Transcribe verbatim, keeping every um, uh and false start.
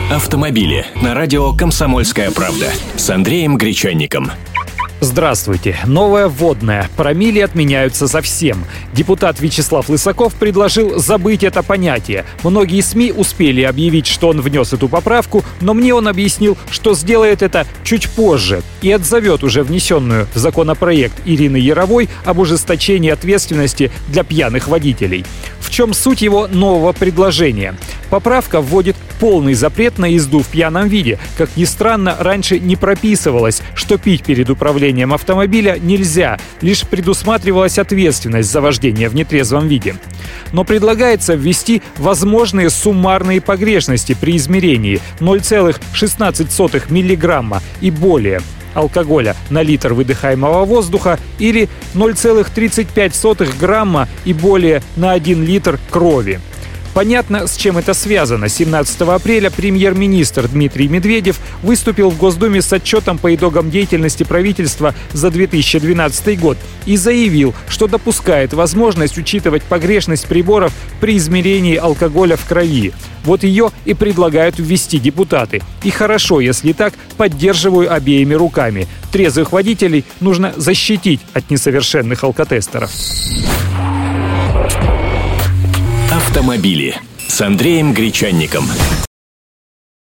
Автомобили на радио «Комсомольская правда» с Андреем Гречанником. Здравствуйте. Новое вводное. Промилле отменяются совсем. Депутат Вячеслав Лысаков предложил забыть это понятие. Многие СМИ успели объявить, что он внес эту поправку, но мне он объяснил, что сделает это чуть позже и отзовет уже внесенную в законопроект Ирины Яровой об ужесточении ответственности для пьяных водителей. В чем суть его нового предложения? Поправка вводит полный запрет на езду в пьяном виде. Как ни странно, раньше не прописывалось, что пить перед управлением автомобиля нельзя, лишь предусматривалась ответственность за вождение в нетрезвом виде. Но предлагается ввести возможные суммарные погрешности при измерении ноль целых шестнадцать сотых миллиграмма и более алкоголя на литр выдыхаемого воздуха или ноль целых тридцать пять сотых грамма и более на один литр крови. Понятно, с чем это связано. семнадцатого апреля премьер-министр Дмитрий Медведев выступил в Госдуме с отчетом по итогам деятельности правительства за две тысячи двенадцатый год и заявил, что допускает возможность учитывать погрешность приборов при измерении алкоголя в крови. Вот ее и предлагают ввести депутаты. И хорошо, если так, поддерживаю обеими руками. Трезвых водителей нужно защитить от несовершенных алкотестеров. Автомобили с Андреем Гречанником.